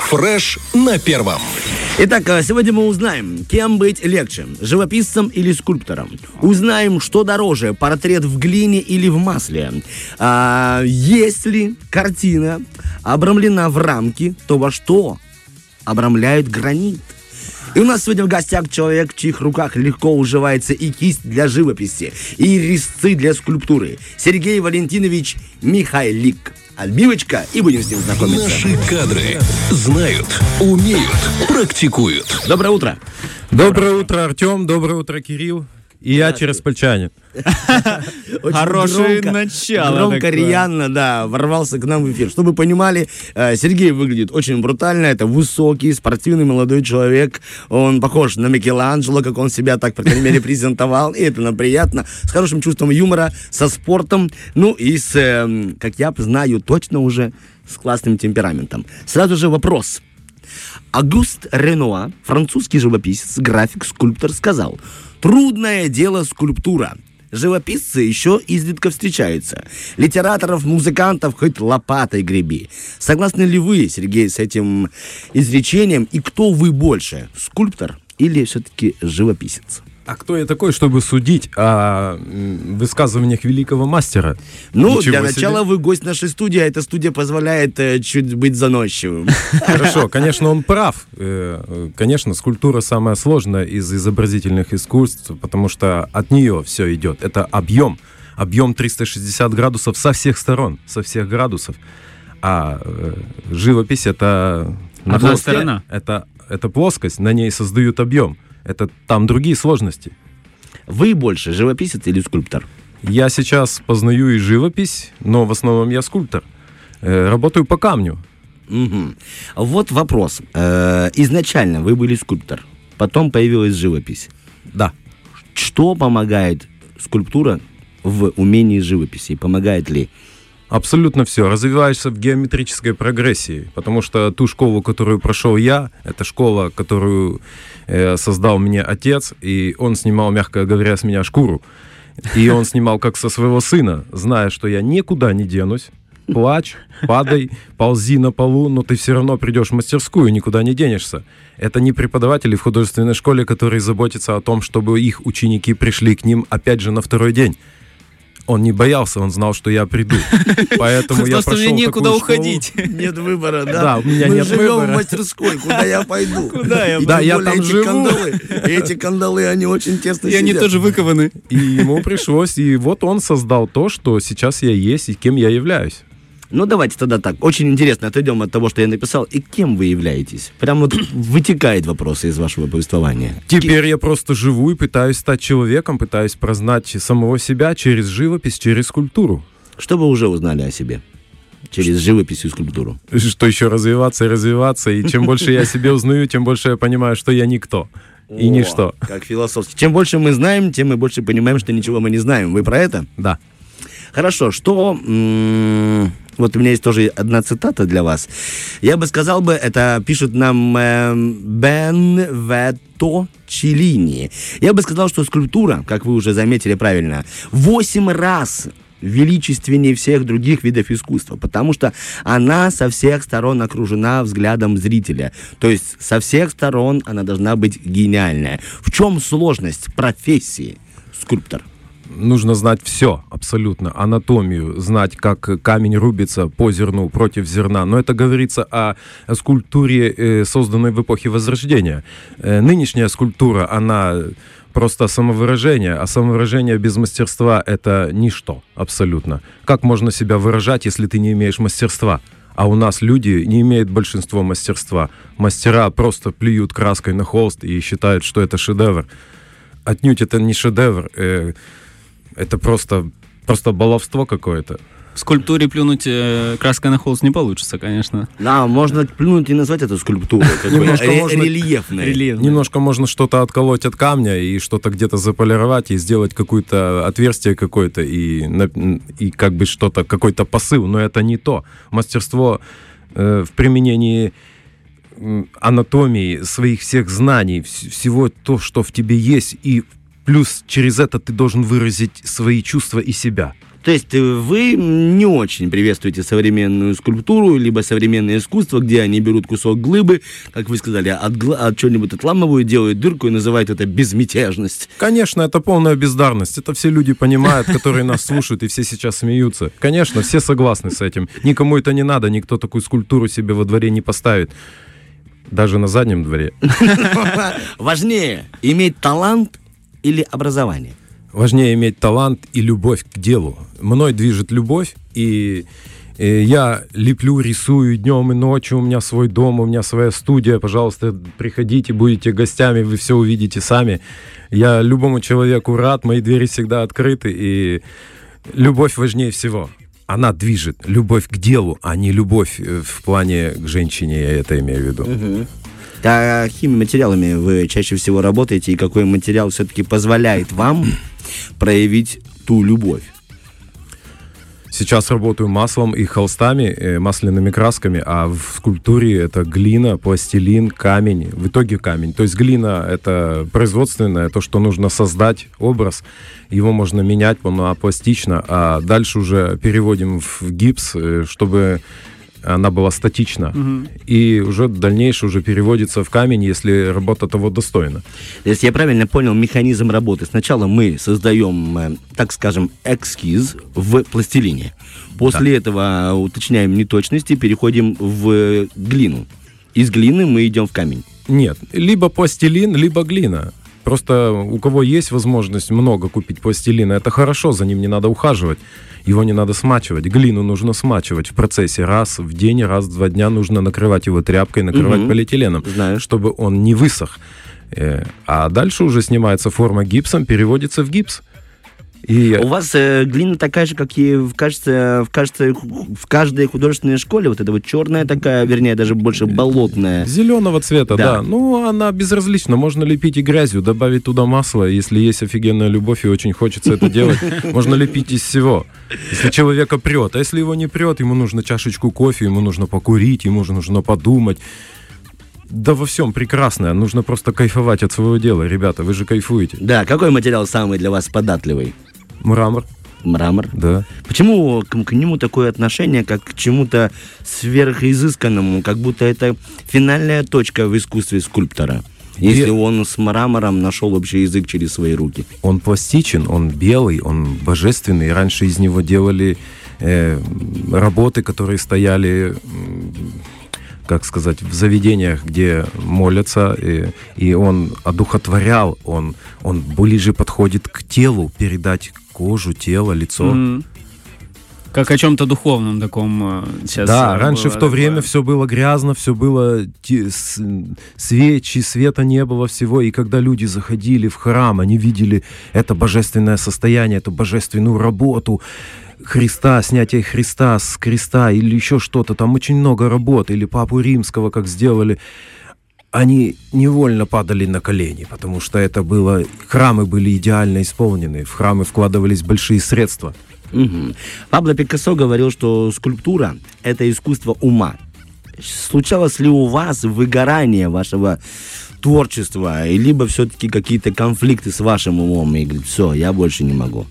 Фреш на первом. Итак, сегодня мы узнаем, кем быть легче, живописцем или скульптором. Узнаем, что дороже, портрет в глине или в масле. Если картина обрамлена в рамки, то во что обрамляют гранит? И у нас сегодня в гостях человек, в чьих руках легко уживается и кисть для живописи, и резцы для скульптуры. Сергей Валентинович Михайлик. Отбивочка, и будем с ним знакомиться. Наши кадры знают, умеют, практикуют. Доброе утро. Доброе утро, Артем. Доброе утро, Кирилл. И я Тираспольчанин. Хорошее начало. Громко, рьяно, да, ворвался к нам в эфир. Чтобы вы понимали, Сергей выглядит очень брутально. Это высокий, спортивный молодой человек. Он похож на Микеланджело, как он себя так, по крайней мере, презентовал. И это нам приятно. С хорошим чувством юмора, со спортом. Ну и с, как я знаю, точно уже с классным темпераментом. Сразу же вопрос. Агюст Ренуа, французский живописец, график, скульптор, сказал: «Трудное дело скульптура. Живописцы еще изредка встречаются. Литераторов, музыкантов хоть лопатой греби». Согласны ли вы, Сергей, с этим изречением? И кто вы больше, скульптор или все-таки живописец? А кто я такой, чтобы судить о высказываниях великого мастера? Ну, Ничего для начала себе. вы гость нашей студии, а эта студия позволяет чуть быть заносчивым. Хорошо, конечно, он прав. Конечно, скульптура самая сложная из изобразительных искусств, потому что от нее все идет. Это объем. Объем 360 градусов со всех сторон, со всех градусов. А живопись — это на Одна плоскости. сторона. Это плоскость, на ней создают объем. Это там другие сложности. Вы больше живописец или скульптор? Я сейчас познаю и живопись, но в основном я скульптор. Работаю по камню. Угу. Вот вопрос. Изначально вы были скульптор, потом появилась живопись. Да. Что помогает скульптура в умении живописи? Помогает ли? Абсолютно все. Развиваешься в геометрической прогрессии, потому что ту школу, которую прошел я, это школа, которую создал мне отец, и он снимал, мягко говоря, с меня шкуру. И он снимал как со своего сына, зная, что я никуда не денусь. Плачь, падай, ползи на полу, но ты все равно придешь в мастерскую, никуда не денешься. Это не преподаватели в художественной школе, которые заботятся о том, чтобы их ученики пришли к ним опять же на второй день. Он не боялся, он знал, что я приду. Поэтому я прошел мне некуда такую школу. уходить. Нет выбора, да? Да, у меня Мы нет живем выбора. в мастерской, куда я пойду? Куда я И Да, тем я более там эти живу. кандалы, эти кандалы, они очень тесно И они сидят. тоже выкованы. И ему пришлось, и вот он создал то, что сейчас я есть и кем я являюсь. Ну, давайте тогда так. Очень интересно, отойдем от того, что я написал. И кем вы являетесь? Прям вот вытекает вопросы из вашего повествования. Теперь я просто живу и пытаюсь стать человеком, пытаюсь прознать самого себя через живопись, через скульптуру. Что вы уже узнали о себе? Через живопись и скульптуру. Что еще развиваться и развиваться. И чем больше я о себе узнаю, тем больше я понимаю, что я никто. И О, ничто. Как философски. Чем больше мы знаем, тем мы больше понимаем, что ничего мы не знаем. Вы про это? Да. Хорошо, что... Вот у меня есть тоже одна цитата для вас. Я бы сказал бы, это пишет нам Бенвето Челлини. Я бы сказал, что скульптура, как вы уже заметили правильно, 8 раз величественнее всех других видов искусства, потому что она со всех сторон окружена взглядом зрителя. То есть со всех сторон она должна быть гениальная. В чем сложность профессии скульптор? Нужно знать все, абсолютно. Анатомию, знать, как камень рубится по зерну против зерна. Но это говорится о скульптуре, созданной в эпохе Возрождения. Нынешняя скульптура, она просто самовыражение, а самовыражение без мастерства — это ничто, абсолютно. Как можно себя выражать, если ты не имеешь мастерства? А у нас люди не имеют большинства мастерства. Мастера просто плюют краской на холст и считают, что это шедевр. Отнюдь это не шедевр. Это просто баловство какое-то. В скульптуре плюнуть краской на холст не получится, конечно. Да, можно плюнуть и назвать это скультурой. Немножко можно- Рельефной. Немножко можно что-то отколоть от камня и что-то где-то заполировать и сделать какое-то отверстие какое-то и как бы что-то, какой-то посыл, но это не то. Мастерство в применении анатомии, своих всех знаний, всего то, что в тебе есть, и плюс через это ты должен выразить свои чувства и себя. То есть вы не очень приветствуете современную скульптуру, либо современное искусство, где они берут кусок глыбы, как вы сказали, от чего-нибудь отламывают, делают дырку и называют это безмятежность. Конечно, это полная бездарность. Это все люди понимают, которые нас слушают, и все сейчас смеются. Конечно, все согласны с этим. Никому это не надо, никто такую скульптуру себе во дворе не поставит. Даже на заднем дворе. Важнее иметь талант или образование? Важнее иметь талант и любовь к делу. Мной движет любовь, и я леплю, рисую днем и ночью. У меня свой дом, у меня своя студия. Пожалуйста, приходите, будете гостями, вы все увидите сами. Я любому человеку рад, мои двери всегда открыты, и любовь важнее всего. Она движет. Любовь к делу, а не любовь в плане к женщине, я это имею в виду. Какими материалами вы чаще всего работаете, и какой материал все-таки позволяет вам проявить ту любовь? Сейчас работаю маслом и холстами, масляными красками, а в скульптуре это глина, пластилин, камень, в итоге камень. То есть глина — это производственное, то, что нужно создать образ, его можно менять, она пластична, а дальше уже переводим в гипс, чтобы она была статична. И уже дальнейшее уже переводится в камень, если работа того достойна. Если я правильно понял механизм работы, сначала мы создаем, так скажем, эскиз в пластилине. После этого уточняем неточности, переходим в глину. Из глины мы идем в камень. Нет, либо пластилин, либо глина. Просто у кого есть возможность много купить пластилина, это хорошо, за ним не надо ухаживать. Его не надо смачивать. Глину нужно смачивать в процессе. Раз в день, раз в 2 дня нужно накрывать его тряпкой, накрывать полиэтиленом, чтобы он не высох. А дальше уже снимается форма гипсом, переводится в гипс. И... У вас глина такая же, как и в каждой художественной школе, вот эта вот черная такая, вернее, даже больше болотная. Зеленого цвета, да. Ну, она безразлична. Можно лепить и грязью, добавить туда масло. Если есть офигенная любовь и очень хочется это делать, можно лепить из всего. Если человека прет. А если его не прет, ему нужно чашечку кофе, ему нужно покурить, ему нужно подумать. Да во всем прекрасно. Нужно просто кайфовать от своего дела. Ребята, вы же кайфуете. Да, какой материал самый для вас податливый? Мрамор. Мрамор? Да. Почему к нему такое отношение, как к чему-то сверхизысканному, как будто это финальная точка в искусстве скульптора? Если он с мрамором нашел общий язык через свои руки. Он пластичен, он белый, он божественный. Раньше из него делали работы, которые стояли... как сказать, в заведениях, где молятся, и он одухотворял, он ближе подходит к телу, передать кожу, тело, лицо. Как о чем-то духовном таком сейчас. Да, раньше в то время все было грязно, все было свечи, света не было всего, и когда люди заходили в храм, они видели это божественное состояние, эту божественную работу, Христа, снятие Христа с креста или еще что-то, там очень много работ, или Папу Римского, как сделали, они невольно падали на колени, потому что это было, храмы были идеально исполнены, в храмы вкладывались большие средства. Пабло Пикассо говорил, что скульптура – это искусство ума. Случалось ли у вас выгорание вашего творчества, либо все-таки какие-то конфликты с вашим умом, и говорит, все, я больше не могу?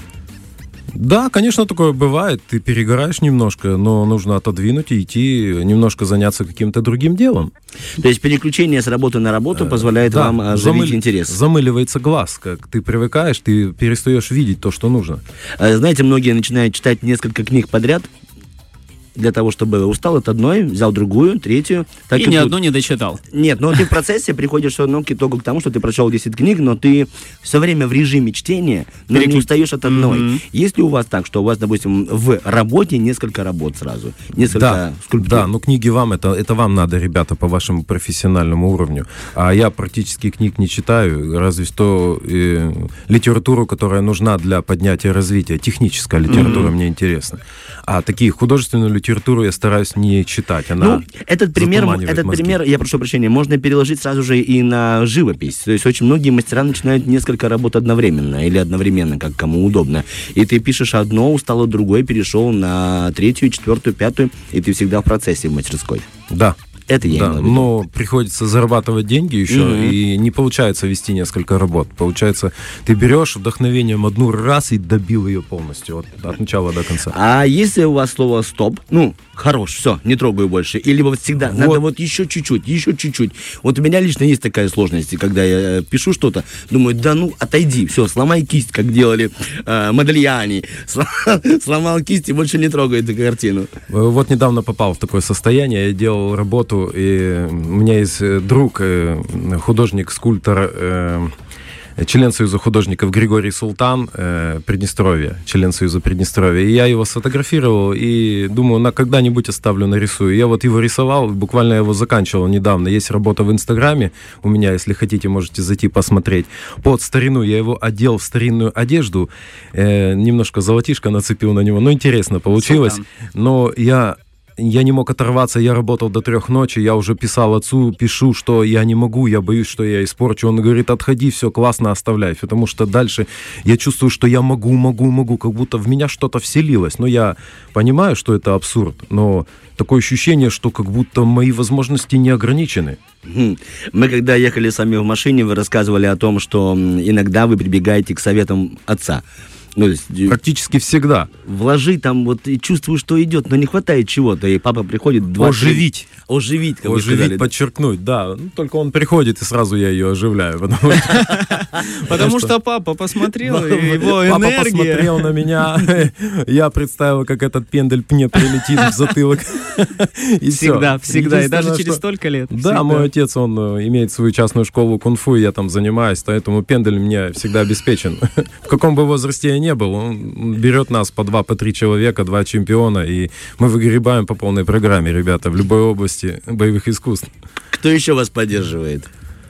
Да, конечно, такое бывает. Ты перегораешь немножко, но нужно отодвинуть и идти немножко заняться каким-то другим делом. То есть переключение с работы на работу позволяет вам оживить интерес? Замыливается глаз. Как ты привыкаешь, ты перестаешь видеть то, что нужно. Знаете, многие начинают читать несколько книг подряд, для того, чтобы устал от одной, взял другую, третью. Так и ни одну не дочитал. Нет, но ты в процессе приходишь все равно к итогу к тому, что ты прочел 10 книг, но ты все время в режиме чтения, но не устаешь от одной. Есть ли у вас так, что у вас, допустим, в работе несколько работ сразу? Несколько скульптур? Да, но книги вам, это вам надо, ребята, по вашему профессиональному уровню. А я практически книг не читаю, разве что литературу, которая нужна для поднятия развития. Техническая литература мне интересна. А такие художественную литературу я стараюсь не читать. Она этот пример, я прошу прощения, можно переложить сразу же и на живопись. То есть очень многие мастера начинают несколько работ одновременно или одновременно, как кому удобно. И ты пишешь одно, устал от другой, перешел на 3-ю, 4-ю, 5-ю, и ты всегда в процессе в мастерской. Да. Это я Да, имел в виду. но приходится зарабатывать деньги еще, и не получается вести несколько работ. Получается, ты берешь вдохновением одну раз и добил ее полностью, от начала до конца. А если у вас слово «стоп», ну, хорош, все, не трогаю больше, или вот всегда, надо вот еще чуть-чуть. Вот у меня лично есть такая сложность, когда я пишу что-то, думаю, да ну, отойди, все, сломай кисть, как делали Модельяни, сломал кисть и больше не трогай эту картину. Вот недавно попал в такое состояние, я делал работу, и у меня есть друг, художник-скульптор, член Союза художников Григорий Султан, Приднестровье, член Союза Приднестровья. И я его сфотографировал и думаю, когда-нибудь оставлю, нарисую. Я вот его рисовал, буквально его заканчивал недавно. Есть работа в Инстаграме у меня, если хотите, можете зайти посмотреть. Под старину я его одел в старинную одежду, немножко золотишко нацепил на него. Ну, интересно получилось. Султан. Но я не мог оторваться, я работал до 3 ночи, я уже писал отцу, пишу, что я не могу, я боюсь, что я испорчу. Он говорит, отходи, все, классно, оставляй, потому что дальше я чувствую, что я могу, как будто в меня что-то вселилось. Но я понимаю, что это абсурд, но такое ощущение, что как будто мои возможности не ограничены. Мы когда ехали сами в машине, вы рассказывали о том, что иногда вы прибегаете к советам отца. Ну, то есть, Практически всегда. вложи там, вот, и чувствую, что идет, но не хватает чего-то, и папа приходит... Оживить. Оживить, как вы Оживить, сказали. подчеркнуть, да. Ну, только он приходит, и сразу я ее оживляю. Потому что папа посмотрел, и его Папа энергия... посмотрел на меня, я представил, как этот пендель мне прилетит в затылок. И всё. Всегда, и даже Единственное, через что- столько лет. Да, Всегда. мой отец, он имеет свою частную школу кунг-фу, и я там занимаюсь, поэтому пендель мне всегда обеспечен. В каком бы возрасте я не был, он берет нас по 2, по 3 человека, 2 чемпиона, и мы выгребаем по полной программе, ребята, в любой области боевых искусств. Кто еще вас поддерживает?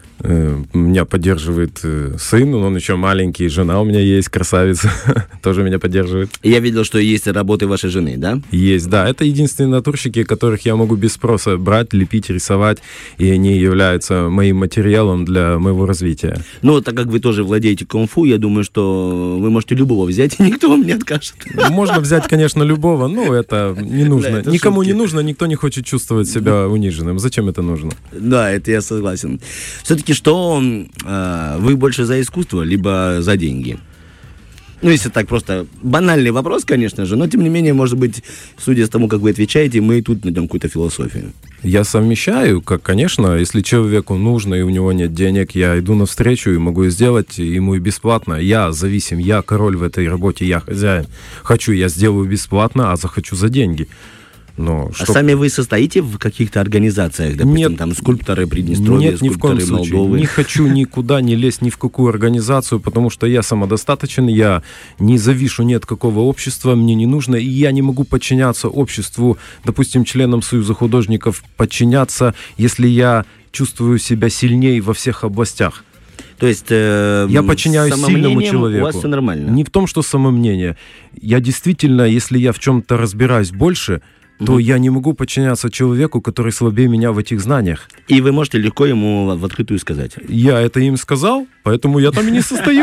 Меня поддерживает сын, он еще маленький, жена у меня есть, красавица, тоже меня поддерживает. Я видел, что есть работы вашей жены, да? Есть, да. Это единственные натурщики, которых я могу без спроса брать, лепить, рисовать, и они являются моим материалом для моего развития. Ну, так как вы тоже владеете кунг-фу, я думаю, что вы можете любого взять, и никто вам не откажет. Можно взять, конечно, любого, но это не нужно. Да, это Никому шутки. не нужно, никто не хочет чувствовать себя униженным. Зачем это нужно? Да, это я согласен. Все-таки что вы больше за искусство, либо за деньги? Ну, если так просто банальный вопрос, конечно же, но тем не менее, может быть, судя с тому, как вы отвечаете, мы и тут найдем какую-то философию. Я совмещаю, как, конечно, если человеку нужно и у него нет денег, я иду навстречу и могу сделать ему и бесплатно. Я зависим, я король в этой работе, я хозяин. Хочу, я сделаю бесплатно, а захочу за деньги. Но А сами вы состоите в каких-то организациях, допустим, Нет. там скульпторы Приднестровья, Нет, ни в коем скульпторы случае. Молдовы? Не хочу никуда не лезть, ни в какую организацию, потому что я самодостаточен, я не завишу ни от какого общества, мне не нужно, и я не могу подчиняться обществу, допустим, членам Союза художников, подчиняться, если я чувствую себя сильнее во всех областях. То есть Я подчиняюсь с сильному самомнением человеку. у вас все нормально? Не в том, что самомнение. Я действительно, если я в чем-то разбираюсь больше, то я не могу подчиняться человеку, который слабее меня в этих знаниях. И вы можете легко ему в открытую сказать. Я это им сказал, поэтому я там и не состою.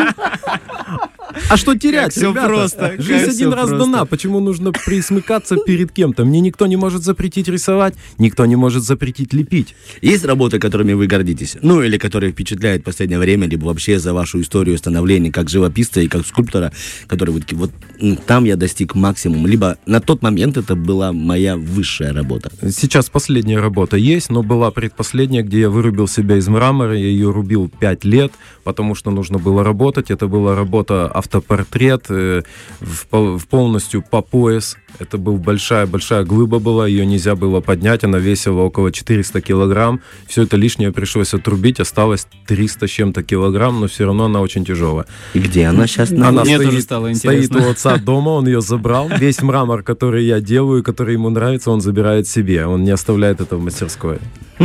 А что терять, всё ребята? просто, как Жизнь всё один раз просто. дана. Почему нужно присмыкаться перед кем-то? Мне никто не может запретить рисовать, никто не может запретить лепить. Есть работы, которыми вы гордитесь? Ну, или которые впечатляют в последнее время, либо вообще за вашу историю становления как живописца и как скульптора, который вы такие, вот там я достиг максимума, либо на тот момент это была моя высшая работа. Сейчас последняя работа есть, но была предпоследняя, где я вырубил себя из мрамора, я ее рубил 5 лет, потому что нужно было работать. Это была работа автопортрет полностью по пояс. Это была большая глыба была, ее нельзя было поднять, она весила около 400 килограмм. Все это лишнее пришлось отрубить, осталось 300 с чем-то килограмм, но все равно она очень тяжелая. И где она сейчас? Она Мне тоже стоит, стало стоит интересно. у отца дома, он ее забрал. Весь мрамор, который я делаю, который ему нравится, он забирает себе. Он не оставляет это в мастерской.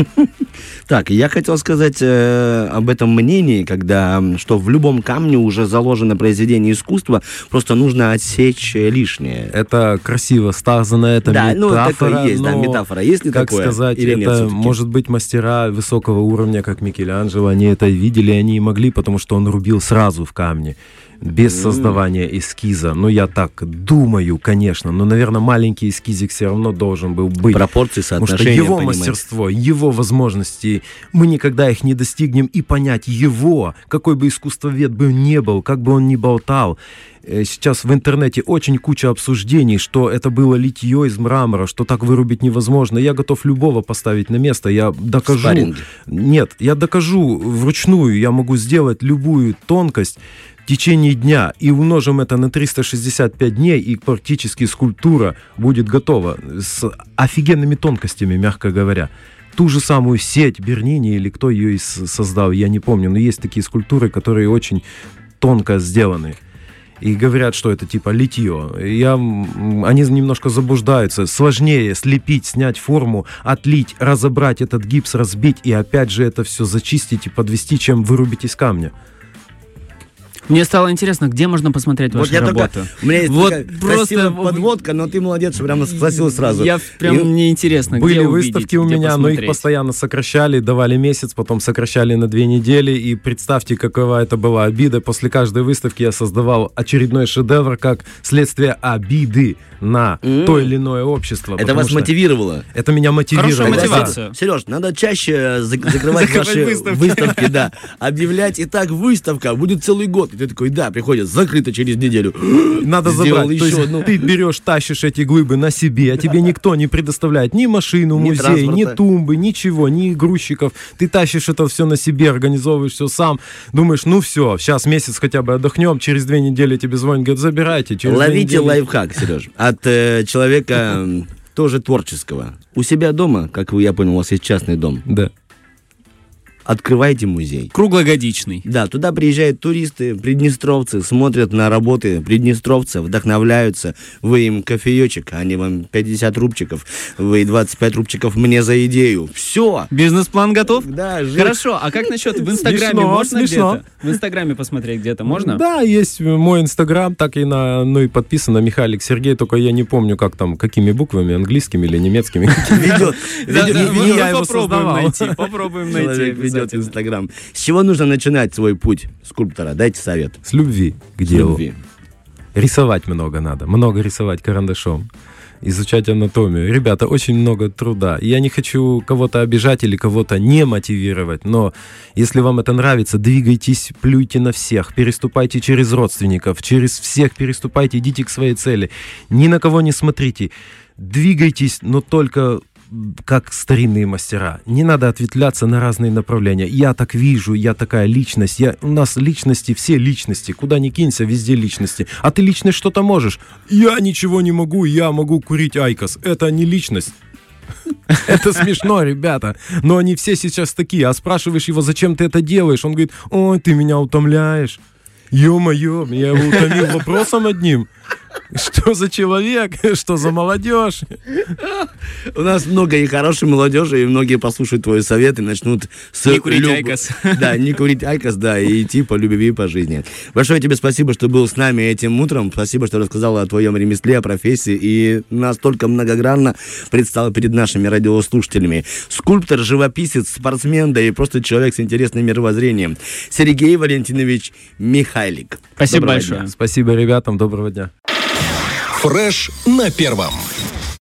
Так, я хотел сказать об этом мнении, что в любом камне уже заложено произведение искусства, просто нужно отсечь лишнее. Это красиво сказано, это да, метафора. Такое есть, но, метафора. Есть ли как такое? сказать, или нет это все-таки? может быть мастера высокого уровня, как Микеланджело, они это видели, они и могли, потому что он рубил сразу в камне, без создавания эскиза. Ну, я так думаю, конечно, но, наверное, маленький эскизик все равно должен был быть. Пропорции, Потому что соотношения, его понимаете. мастерство, его возможности, мы никогда их не достигнем, и понять его, какой бы искусствовед бы он ни был, как бы он ни болтал. Сейчас в интернете очень куча обсуждений, что это было литье из мрамора, что так вырубить невозможно. Я готов любого поставить на место, я докажу. Спарринги. Нет, я докажу вручную, я могу сделать любую тонкость в течение дня и умножим это на 365 дней, и практически скульптура будет готова с офигенными тонкостями, мягко говоря. Ту же самую сеть Бернини, или кто ее создал, я не помню, но есть такие скульптуры, которые очень тонко сделаны. И говорят, что это типа литье. Они немножко заблуждаются. Сложнее слепить, снять форму, отлить, разобрать этот гипс, разбить и опять же это все зачистить и подвести, чем вырубить из камня. Мне стало интересно, где можно посмотреть ваши работы? У меня есть Вот такая просто красивая подводка, но ты молодец, что прямо спросил сразу. Мне интересно, Были где выставки увидеть, у меня, где но их посмотреть? постоянно сокращали, давали месяц, потом сокращали на 2 недели. И представьте, какова это была обида. После каждой выставки я создавал очередной шедевр, как следствие обиды на то или иное общество. Это вас мотивировало? Это меня мотивировало. Хорошая мотивация. Сереж, надо чаще закрывать ваши выставки, да. Объявлять, итак, выставка, будет целый год. И ты такой, да, приходит, закрыто через неделю. Надо Сделал забрать. То еще есть одну. ты берешь, тащишь эти глыбы на себе, а тебе никто не предоставляет ни машину, Ни музей, ни транспорта. тумбы, ничего, ни грузчиков. Ты тащишь это все на себе, организовываешь все сам. Думаешь, ну все, сейчас месяц хотя бы отдохнем, через 2 недели тебе звонят, говорят, забирайте. Через 2 Ловите недели... лайфхак, Сереж, от человека тоже творческого. У себя дома, как я понял, у вас есть частный дом, Да. открывайте музей. Круглогодичный. Да, туда приезжают туристы, приднестровцы, смотрят на работы приднестровцев, вдохновляются. Вы им кофеечек, они вам 50 рубчиков, вы 25 рубчиков мне за идею. Все. Бизнес-план готов? Да, Хорошо, а как насчет в Инстаграме? Смешно, Можно смешно. где-то? В Инстаграме посмотреть где-то можно? Да, есть мой Инстаграм, так и и подписано Михайлик Сергей, только я не помню, как там, какими буквами, английскими или немецкими. Ведет. Не я его создавал. Попробуем Человек найти. ведет обязательно. Инстаграм. С чего нужно начинать свой путь скульптора? Дайте совет. С любви к С делу. любви. Рисовать много надо, много рисовать карандашом, изучать анатомию. Ребята, очень много труда. Я не хочу кого-то обижать или кого-то не мотивировать, но если вам это нравится, двигайтесь, плюйте на всех, переступайте через родственников, через всех переступайте, идите к своей цели. Ни на кого не смотрите. Двигайтесь, но только как старинные мастера. Не надо ответвляться на разные направления. Я так вижу, я такая личность. У нас личности, все личности. Куда ни кинься, везде личности. А ты личность что-то можешь. Я ничего не могу, я могу курить айкос. Это не личность. Это смешно, ребята. Но они все сейчас такие. А спрашиваешь его, зачем ты это делаешь? Он говорит, ой, ты меня утомляешь. Ё-моё, я его утомил вопросом одним. Что за человек? Что за молодежь? У нас много и хорошей молодежи, и многие послушают твой совет и начнут с Не курить айкос. Да, не курить айкос, да, и идти по любви, по жизни. Большое тебе спасибо, что был с нами этим утром. Спасибо, что рассказал о твоем ремесле, о профессии и настолько многогранно предстал перед нашими радиослушателями. Скульптор, живописец, спортсмен, да и просто человек с интересным мировоззрением. Сергей Валентинович Михайлик. Спасибо Доброго большое. дня. Спасибо ребятам, доброго дня. Фреш на первом.